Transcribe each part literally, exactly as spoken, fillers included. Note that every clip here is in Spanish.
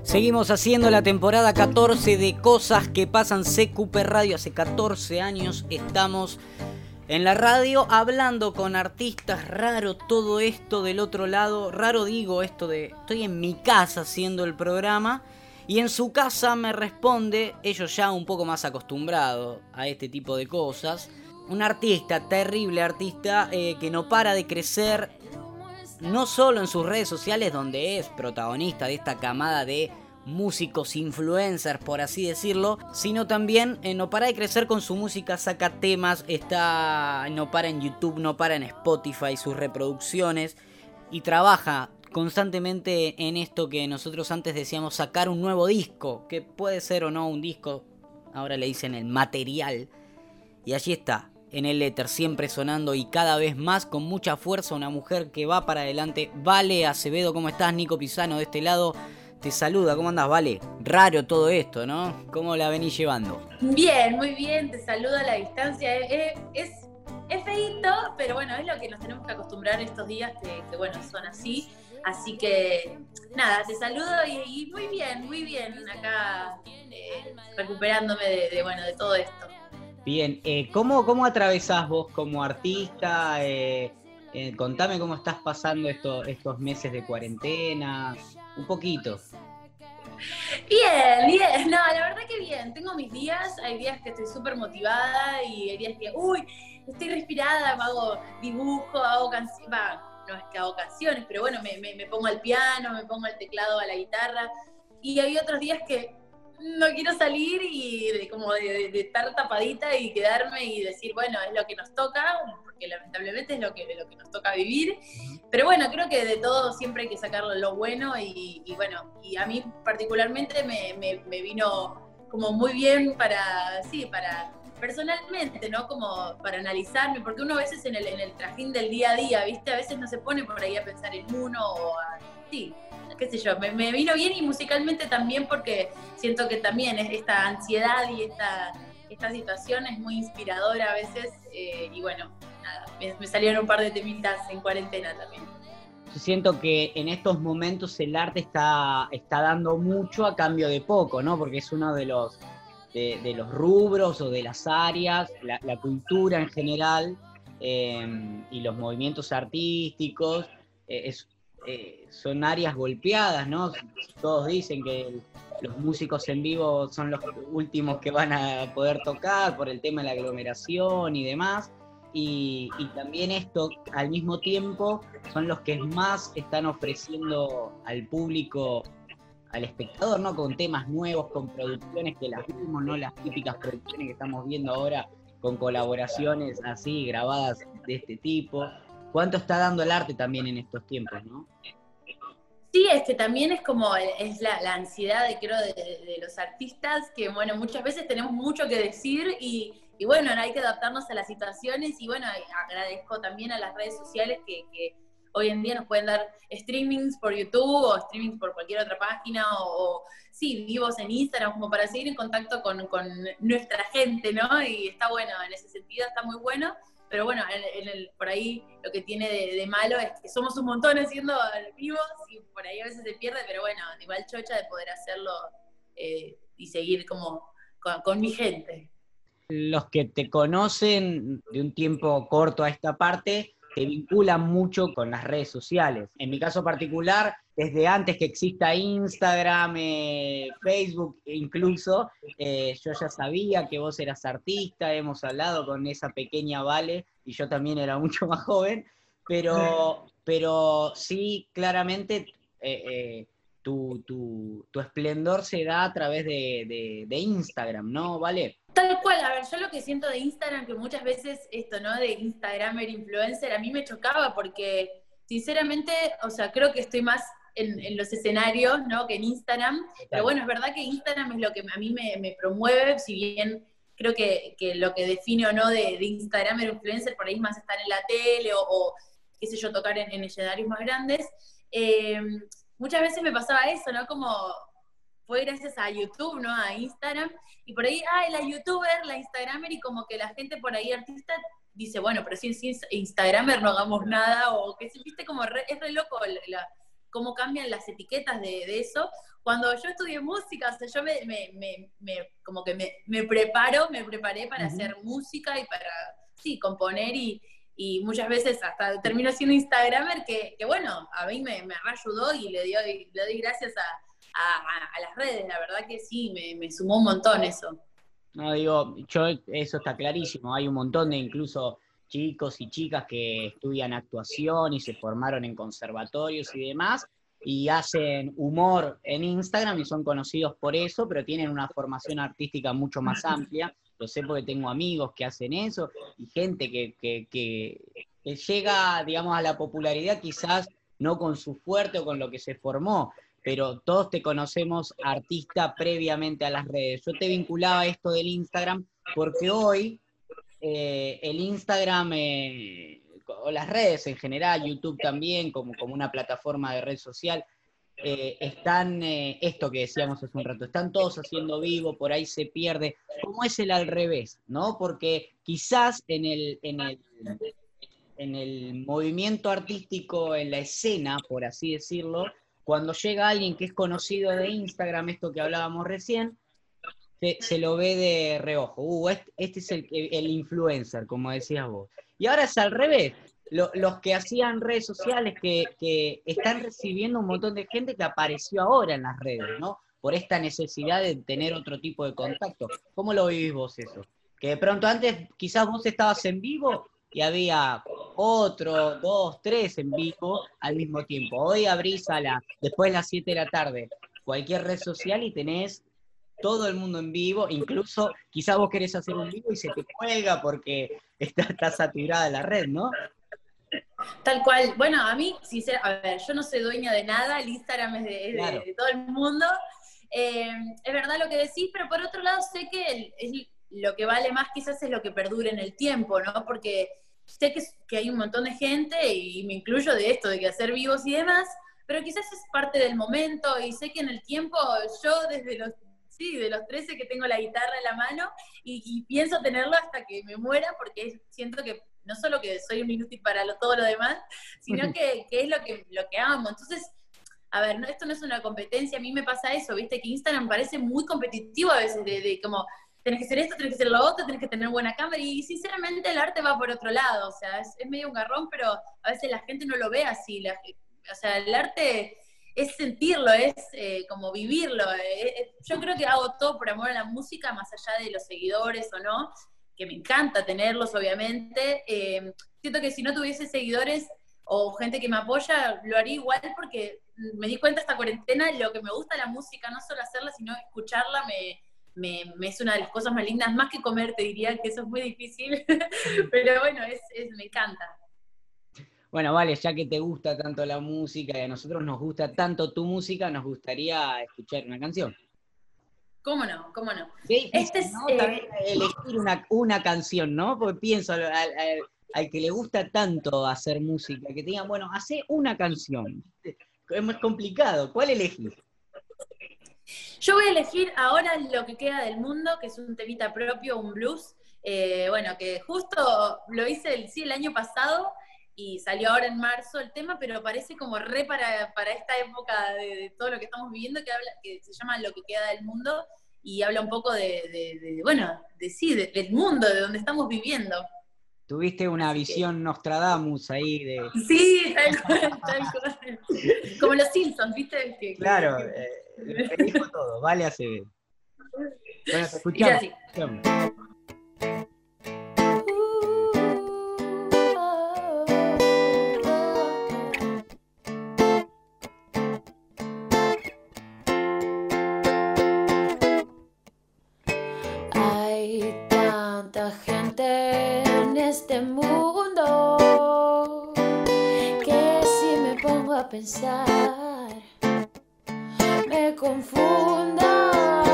Seguimos haciendo la temporada catorce de Cosas que Pasan C Q P Radio. Hace catorce años estamos en la radio hablando con artistas. Raro todo esto del otro lado. Raro digo esto de estoy en mi casa haciendo el programa y en su casa me responde, ellos ya un poco más acostumbrados a este tipo de cosas, un artista, terrible artista, eh, que no para de crecer, no solo en sus redes sociales, donde es protagonista de esta camada de músicos influencers, por así decirlo, sino también eh, no para de crecer con su música, saca temas, está, no para en YouTube, no para en Spotify, sus reproducciones, y trabaja constantemente en esto que nosotros antes decíamos sacar un nuevo disco, que puede ser o no un disco, ahora le dicen el material, y allí está, en el éter, siempre sonando y cada vez más con mucha fuerza, una mujer que va para adelante. Vale Acevedo, ¿cómo estás? Nico Pisano de este lado te saluda, ¿cómo andás, Vale? Raro todo esto, ¿no? ¿Cómo la venís llevando? Bien, muy bien, te saludo a la distancia. Es, es, es feíto, pero bueno, es lo que nos tenemos que acostumbrar estos días, que, que bueno, son así. Así que, nada, te saludo y, y muy bien, muy bien, acá eh, recuperándome de, de, bueno, de todo esto. Bien, eh, ¿cómo, ¿cómo atravesás vos como artista? Eh, eh, contame cómo estás pasando esto, estos meses de cuarentena, un poquito. Bien, bien, no, la verdad que bien, tengo mis días, hay días que estoy súper motivada y hay días que, uy, estoy respirada, hago dibujo, hago canciones, no es que hago canciones, pero bueno, me, me, me pongo al piano, me pongo al teclado, a la guitarra, y hay otros días que no quiero salir y de, como de, de, de estar tapadita y quedarme y decir, bueno, es lo que nos toca, porque lamentablemente es lo que, lo que nos toca vivir. Pero bueno, creo que de todo siempre hay que sacar lo bueno y, y bueno, y a mí particularmente me, me, me vino como muy bien para, sí, para personalmente, ¿no? Como para analizarme, porque uno a veces en el, en el trajín del día a día, ¿viste? A veces no se pone por ahí a pensar en uno o a, sí, qué sé yo, me, me vino bien y musicalmente también porque siento que también es esta ansiedad y esta, esta situación es muy inspiradora a veces eh, y bueno, nada, me, me salieron un par de temitas en cuarentena también. Yo siento que en estos momentos el arte está, está dando mucho a cambio de poco, ¿no? Porque es uno de los, de, de los rubros o de las áreas, la, la cultura en general eh, y los movimientos artísticos, eh, es, eh, son áreas golpeadas, ¿no? Todos dicen que el, los músicos en vivo son los últimos que van a poder tocar por el tema de la aglomeración y demás. Y, y también esto, al mismo tiempo, son los que más están ofreciendo al público, al espectador, ¿no? Con temas nuevos, con producciones que las vimos, ¿no? Las típicas producciones que estamos viendo ahora, con colaboraciones así, grabadas de este tipo. ¿Cuánto está dando el arte también en estos tiempos, no? Sí, es que también es como, es la, la ansiedad, de, creo, de, de los artistas, que bueno, muchas veces tenemos mucho que decir y, y bueno, hay que adaptarnos a las situaciones y bueno, agradezco también a las redes sociales que, que hoy en día nos pueden dar streamings por YouTube o streamings por cualquier otra página o, o sí, vivos en Instagram, como para seguir en contacto con, con nuestra gente, ¿no? Y está bueno, en ese sentido está muy bueno. Pero bueno, en, en el, por ahí lo que tiene de, de malo es que somos un montón haciendo vivos y por ahí a veces se pierde, pero bueno, igual chocha de poder hacerlo eh, y seguir como con, con mi gente. Los que te conocen de un tiempo corto a esta parte te vinculan mucho con las redes sociales. En mi caso particular, desde antes que exista Instagram, eh, Facebook incluso, eh, yo ya sabía que vos eras artista, hemos hablado con esa pequeña Vale, y yo también era mucho más joven, pero, pero sí, claramente eh, eh, tu, tu, tu esplendor se da a través de, de, de Instagram, ¿no, Vale? Tal cual, a ver, yo lo que siento de Instagram, que muchas veces esto, ¿no? De Instagramer, influencer, a mí me chocaba porque, sinceramente, o sea, creo que estoy más en, en los escenarios, ¿no? Que en Instagram, pero bueno, es verdad que Instagram es lo que a mí me, me promueve, si bien creo que, que lo que define o no de, de Instagramer o influencer, por ahí es más estar en la tele o, o qué sé yo, tocar en, en escenarios más grandes, eh, muchas veces me pasaba eso, ¿no? Como fue gracias a YouTube, ¿no? A Instagram, y por ahí, ah, la youtuber, la instagramer, y como que la gente por ahí, artista, dice, bueno, pero si en instagramer no hagamos nada, o que se viste como, re, es re loco la, cómo cambian las etiquetas de, de eso. Cuando yo estudié música, o sea, yo me, me, me, me como que me, me preparo, me preparé para uh-huh. hacer música y para, sí, componer y, y muchas veces hasta termino siendo Instagramer, que, que bueno, a mí me, me ayudó y le, dio, y le doy gracias a, a, a las redes, la verdad que sí, me, me sumó un montón eso. No, digo, yo, eso está clarísimo, hay un montón de incluso chicos y chicas que estudian actuación y se formaron en conservatorios y demás, y hacen humor en Instagram y son conocidos por eso, pero tienen una formación artística mucho más amplia. Lo sé porque tengo amigos que hacen eso y gente que, que, que, que llega, digamos, a la popularidad quizás no con su fuerte o con lo que se formó, pero todos te conocemos artista previamente a las redes. Yo te vinculaba esto del Instagram porque hoy eh, el Instagram... Eh, o las redes en general, YouTube también, como, como una plataforma de red social, eh, están, eh, esto que decíamos hace un rato, están todos haciendo vivo, por ahí se pierde, ¿cómo es el al revés? ¿No? Porque quizás en el, en el, en el movimiento artístico, en la escena, por así decirlo, cuando llega alguien que es conocido de Instagram, esto que hablábamos recién, se, se lo ve de reojo. Uh, este, este es el, el influencer, como decías vos. Y ahora es al revés. Lo, los que hacían redes sociales que, que están recibiendo un montón de gente que apareció ahora en las redes, ¿no? Por esta necesidad de tener otro tipo de contacto. ¿Cómo lo vivís vos eso? Que de pronto antes quizás vos estabas en vivo y había otro, dos, tres en vivo al mismo tiempo. Hoy abrís a la, después de las siete de la tarde cualquier red social y tenés todo el mundo en vivo, incluso quizás vos querés hacer un vivo y se te cuelga porque está, está saturada la red, ¿no? Tal cual. Bueno, a mí, sincera, a ver, yo no soy dueña de nada, el Instagram es de, claro. de, de todo el mundo. Eh, es verdad lo que decís, pero por otro lado sé que el, el, lo que vale más quizás es lo que perdure en el tiempo, ¿no? Porque sé que, que hay un montón de gente, y me incluyo de esto, de que hacer vivos y demás, pero quizás es parte del momento, y sé que en el tiempo, yo desde los Sí, de los trece que tengo la guitarra en la mano y, y pienso tenerlo hasta que me muera porque siento que no solo que soy un inútil para lo, todo lo demás, sino que, que es lo que, lo que amo. Entonces, a ver, no, esto no es una competencia, a mí me pasa eso, viste, que Instagram parece muy competitivo a veces, de, de como, tenés que hacer esto, tenés que hacer lo otro, tenés que tener buena cámara, y sinceramente el arte va por otro lado, o sea, es, es medio un garrón, pero a veces la gente no lo ve así, la, o sea, el arte... es sentirlo, es eh, como vivirlo. Eh, yo creo que hago todo por amor a la música, más allá de los seguidores o no, que me encanta tenerlos, obviamente. Eh, siento que si no tuviese seguidores o gente que me apoya, lo haría igual porque me di cuenta esta cuarentena, lo que me gusta la música, no solo hacerla, sino escucharla, me, me, me es una de las cosas más lindas, más que comer, te diría que eso es muy difícil, pero bueno, es, es, me encanta. Bueno, vale, ya que te gusta tanto la música y a nosotros nos gusta tanto tu música, nos gustaría escuchar una canción. ¿Cómo no? ¿Cómo no? Difícil, este es, ¿no? Eh... También elegir una, una canción, ¿no? Porque pienso al, al, al que le gusta tanto hacer música, que te digan, bueno, hace una canción. Es muy complicado. ¿Cuál elegís? Yo voy a elegir ahora Lo que queda del mundo, que es un temita propio, un blues. Eh, bueno, que justo lo hice el, sí, el año pasado, y salió ahora en marzo el tema, pero parece como re para, para esta época de, de todo lo que estamos viviendo, que, habla, que se llama Lo que queda del mundo, y habla un poco de, de, de bueno, de sí, de, del mundo, de donde estamos viviendo. Tuviste una Así visión que... Nostradamus ahí de... Sí, tal cual, tal cual. Como los Simpsons, ¿viste? Que, claro, que... Eh, te dijo todo, vale hace... Bueno, te escuchamos. Gente en este mundo que si me pongo a pensar me confunda.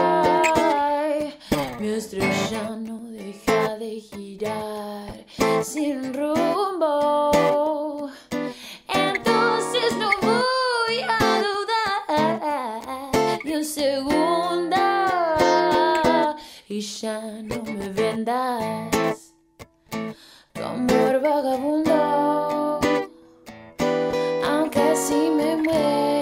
Mi estrella no deja de girar sin rumbo, entonces no voy a dudar ni un segundo y ya no me vendas tu amor vagabundo, aunque así me muero.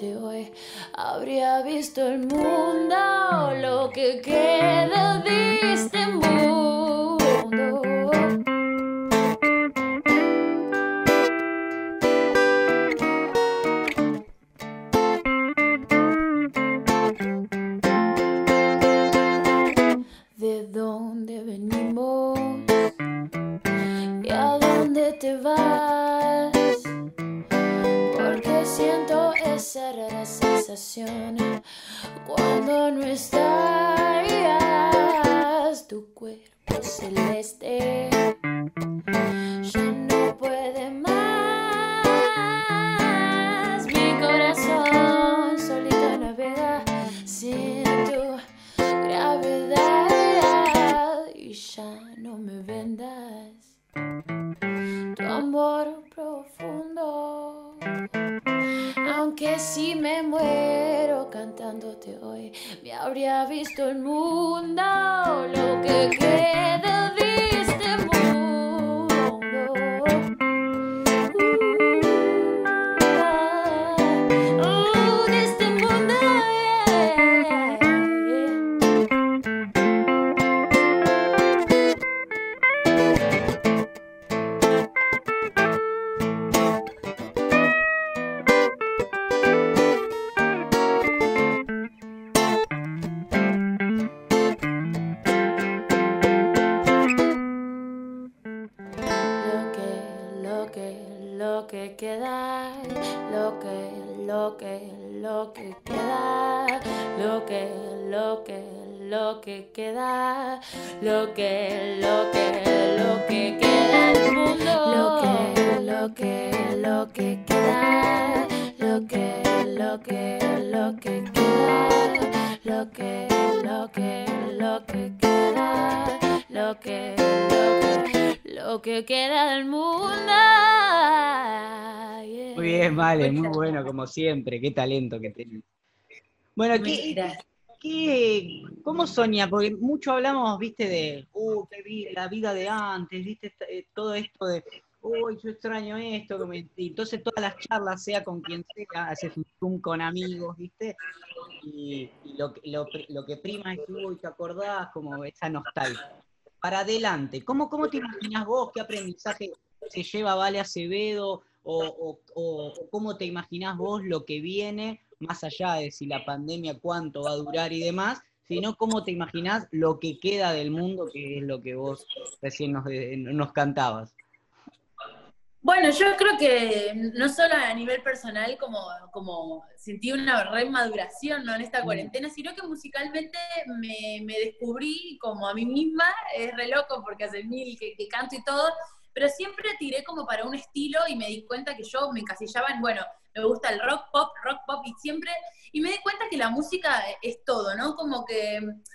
cantándote hoy, habría visto el mundo, lo que queda de este mundo. ¿De dónde venimos y a dónde te vas? Porque siento esa rara sensación cuando no estás. Tu cuerpo celeste ya no puede más. Mi corazón solito navega sin tu gravedad y ya no me vendas tu amor profundo. Aunque si me muero cantándote hoy, me habría visto el mundo, lo que queda de este mundo. Uh, uh, de este mundo, yeah. Lo que, lo que queda, lo que, lo que, lo que queda, lo que, lo que, lo que queda, lo que, lo que, lo que queda del mundo, lo que, lo que, lo que queda, lo que, lo que, lo que queda, lo que, lo que, lo que queda, lo que, lo que, lo que queda del mundo. Yeah. Muy bien, Vale, muy bueno, como siempre, qué talento que tenés. Bueno, ¿qué, qué, ¿cómo soñás? Porque mucho hablamos, viste, de uh, qué vi- la vida de antes, viste, eh, todo esto de uy, yo extraño esto, que me- y entonces todas las charlas, sea con quien sea, haces un Zoom con amigos, viste, y, y lo, que- lo, pri- lo que prima es que uy, te acordás, como esa nostalgia. Para adelante, ¿cómo, cómo te imaginás vos? ¿Qué aprendizaje se lleva Vale Acevedo? O, o, o, o cómo te imaginás vos lo que viene, más allá de si la pandemia cuánto va a durar y demás, sino cómo te imaginás lo que queda del mundo, que es lo que vos recién nos, de- nos cantabas. Bueno, yo creo que no solo a nivel personal, como, como sentí una re maduración, ¿no? En esta cuarentena, sino que musicalmente me, me descubrí como a mí misma, es re loco porque hace mil que, que canto y todo, pero siempre tiré como para un estilo y me di cuenta que yo me encasillaba en, bueno, me gusta el rock pop, rock pop y siempre, y me di cuenta que la música es todo, ¿no? Como que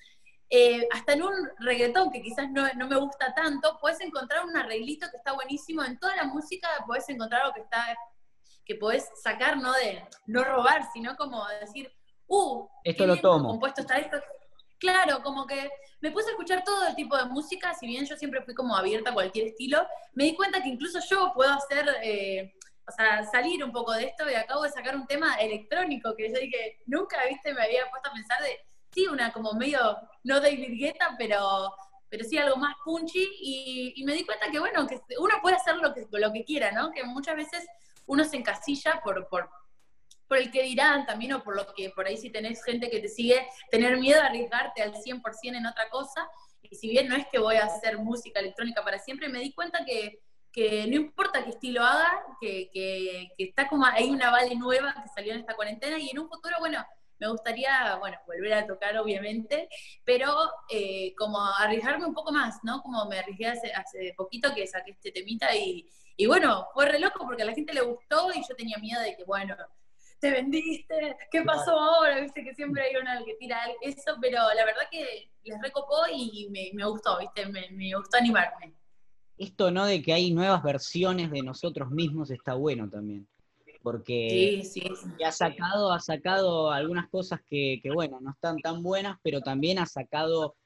eh, hasta en un reggaetón que quizás no, no me gusta tanto, puedes encontrar un arreglito que está buenísimo. En toda la música puedes encontrar algo que está, que podés sacar, no de no robar, sino como decir, uh, Esto qué lo bien tomo. compuesto está esto. Claro, como que me puse a escuchar todo el tipo de música, si bien yo siempre fui como abierta a cualquier estilo, me di cuenta que incluso yo puedo hacer, eh, o sea, salir un poco de esto y acabo de sacar un tema electrónico que yo dije, nunca, viste, me había puesto a pensar de, sí, una como medio, no David Guetta, pero, pero sí algo más punchy y, y me di cuenta que bueno, que uno puede hacer lo que, lo que quiera, ¿no? Que muchas veces uno se encasilla por, por, por el que dirán también o por lo que por ahí si tenés gente que te sigue, tener miedo a arriesgarte al cien por ciento en otra cosa. Y si bien no es que voy a hacer música electrónica para siempre, me di cuenta que, que no importa qué estilo haga, que, que, que está como hay una Vale nueva que salió en esta cuarentena y en un futuro, bueno, me gustaría, bueno, volver a tocar obviamente, pero eh, como arriesgarme un poco más, ¿no? Como me arriesgué hace, hace poquito que saqué este temita y, y bueno, fue re loco porque a la gente le gustó y yo tenía miedo de que, bueno, te vendiste, ¿qué pasó ahora? Viste que siempre hay una que tira eso, pero la verdad que les recopó y me, me gustó, viste, me, me gustó animarme. Esto, ¿no? De que hay nuevas versiones de nosotros mismos está bueno también. Porque Sí, sí, sí. ha sacado, ha sacado algunas cosas que, que, bueno, no están tan buenas, pero también ha sacado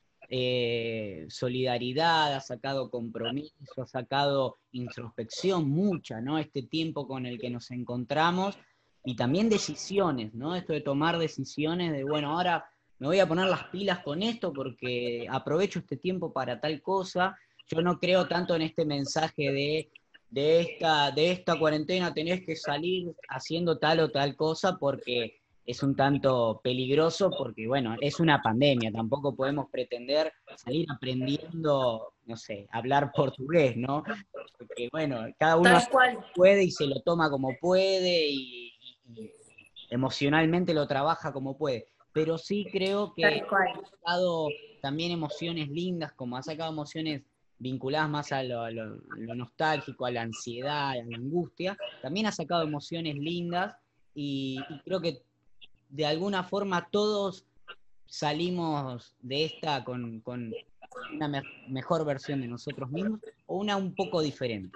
eh, solidaridad, ha sacado compromiso, ha sacado introspección mucha, ¿no? Este tiempo con el que nos encontramos y también decisiones, ¿no? Esto de tomar decisiones de, bueno, ahora me voy a poner las pilas con esto porque aprovecho este tiempo para tal cosa. Yo no creo tanto en este mensaje de, de, esta, de esta cuarentena tenés que salir haciendo tal o tal cosa porque es un tanto peligroso, porque bueno, es una pandemia, tampoco podemos pretender salir aprendiendo, no sé, hablar portugués, ¿no? Porque bueno, cada uno Tal cual. puede y se lo toma como puede y, y, y emocionalmente lo trabaja como puede. Pero sí creo que Tal cual. ha sacado también emociones lindas, como ha sacado emociones vinculadas más a lo, a lo, lo nostálgico, a la ansiedad, a la angustia, también ha sacado emociones lindas y, y creo que de alguna forma todos salimos de esta con, con una me mejor versión de nosotros mismos o una un poco diferente.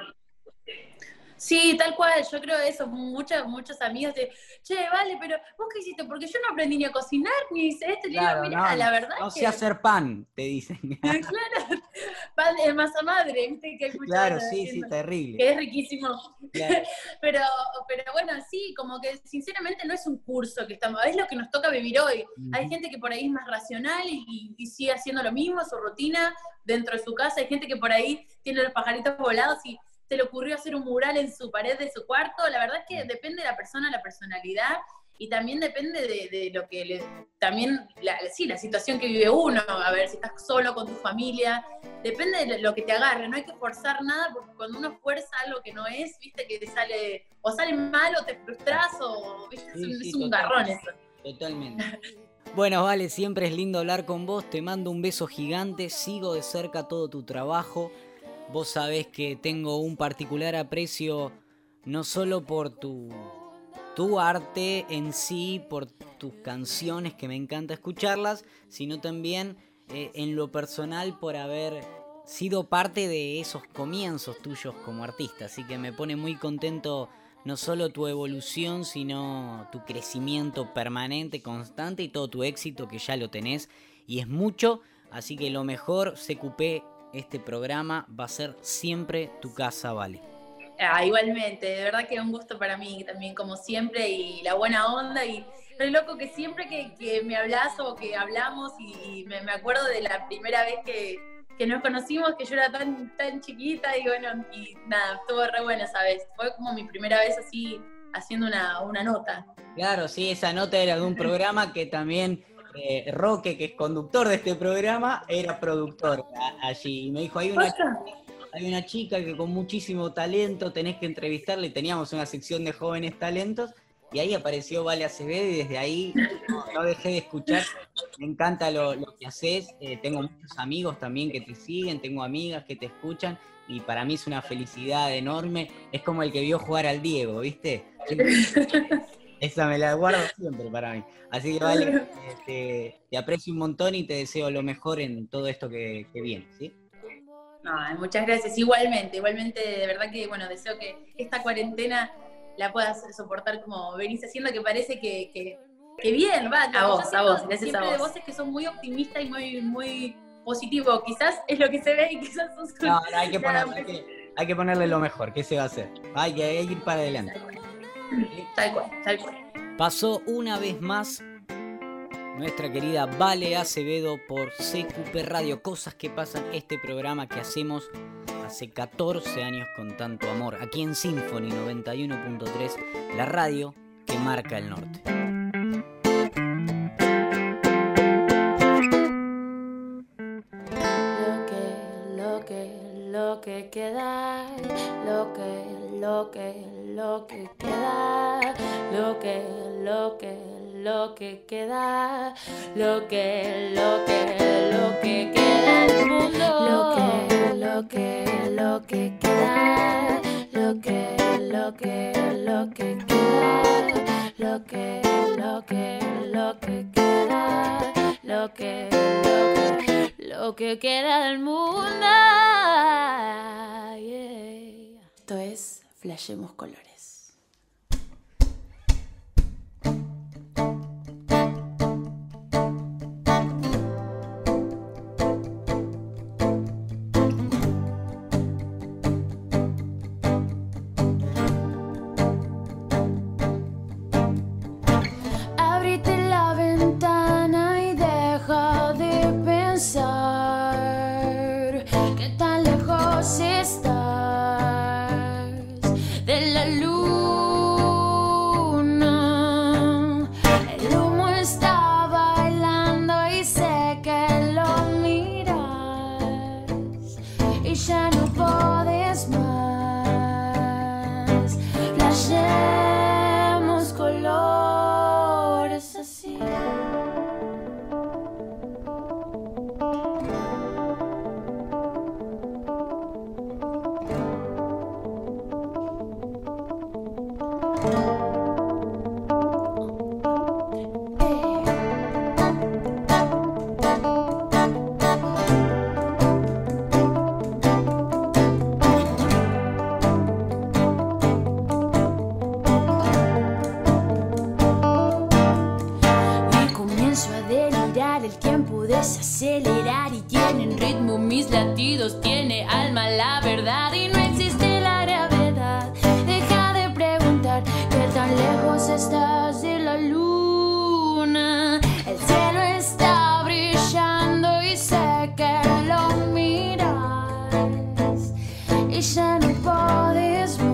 Sí, tal cual, yo creo eso, muchos, muchos amigos de, che, vale, pero ¿vos qué hiciste? Porque yo no aprendí ni a cocinar, ni hice esto, Claro, yo digo, mirá, no, la verdad no es sé que... hacer pan, te dicen. Claro, pan de masa madre, viste que hay muchas Claro, veces sí, haciendo, sí, terrible. que es riquísimo. Claro. pero, pero bueno, sí, como que sinceramente no es un curso que estamos, es lo que nos toca vivir hoy. Uh-huh. Hay gente que por ahí es más racional y, y sigue haciendo lo mismo, su rutina, dentro de su casa. Hay gente que por ahí tiene los pajaritos volados y se le ocurrió hacer un mural en su pared de su cuarto. La verdad es que depende de la persona, la personalidad, y también depende de, de lo que le, también, la, sí, la situación que vive uno. A ver, si estás solo con tu familia, depende de lo que te agarre, no hay que forzar nada, porque cuando uno fuerza algo que no es, viste, que te sale, o sale mal, o te frustras, o viste, sí, es un, sí, es un garrón eso. Totalmente. Bueno, Vale, siempre es lindo hablar con vos, te mando un beso gigante, sigo de cerca todo tu trabajo. Vos sabés que tengo un particular aprecio no solo por tu, tu arte en sí, por tus canciones, que me encanta escucharlas, sino también eh, en lo personal por haber sido parte de esos comienzos tuyos como artista. Así que me pone muy contento no solo tu evolución, sino tu crecimiento permanente, constante y todo tu éxito, que ya lo tenés y es mucho. Así que lo mejor, C Q P, este programa va a ser siempre tu casa, Vale. Ah, igualmente, de verdad que es un gusto para mí también, como siempre, y la buena onda, y lo loco que siempre que, que me hablas o que hablamos, y, y me, me acuerdo de la primera vez que, que nos conocimos, que yo era tan, tan chiquita, y bueno, y nada, estuvo re buena esa vez. Fue como mi primera vez así, haciendo una, una nota. Claro, sí, esa nota era de un programa que también... Eh, Roque, que es conductor de este programa, era productor a, allí. Y me dijo, hay una, chica, hay una chica que con muchísimo talento tenés que entrevistarle. Teníamos una sección de jóvenes talentos y ahí apareció Vale Acevedo y desde ahí no, no dejé de escuchar. Me encanta lo, lo que haces. Eh, tengo muchos amigos también que te siguen, tengo amigas que te escuchan y para mí es una felicidad enorme. Es como el que vio jugar al Diego, ¿viste? Esa me la guardo siempre para mí. Así que Vale, te, te aprecio un montón y te deseo lo mejor en todo esto que, que viene, ¿sí? No, muchas gracias. Igualmente, igualmente, de verdad que, bueno, deseo que esta cuarentena la puedas soportar como venís haciendo, que parece que, que, que bien, va. A vos, a vos, gracias siempre a vos. De vos es que son muy optimistas y muy, muy positivo. Quizás es lo que se ve y quizás sos... No, no, hay que ponerle, hay que, hay que ponerle lo mejor. ¿Qué se va a hacer? Hay que, hay que ir para adelante. Tal cual, tal cual. Pasó una vez más nuestra querida Vale Acevedo por C Q P Radio. Cosas que pasan, este programa que hacemos hace catorce años con tanto amor. Aquí en Symphony noventa y uno punto tres, la radio que marca el norte. Lo que, lo que, lo que queda, lo que, lo que, lo que queda, lo que, lo que, lo que queda, lo que, lo que, lo que queda del mundo, lo que, lo que, lo que queda, lo que, lo que, lo que queda, lo que, lo que, lo que queda, lo que, lo que, lo que queda del mundo. Yeah. Esto es Flashemos Colores. já não podes mais.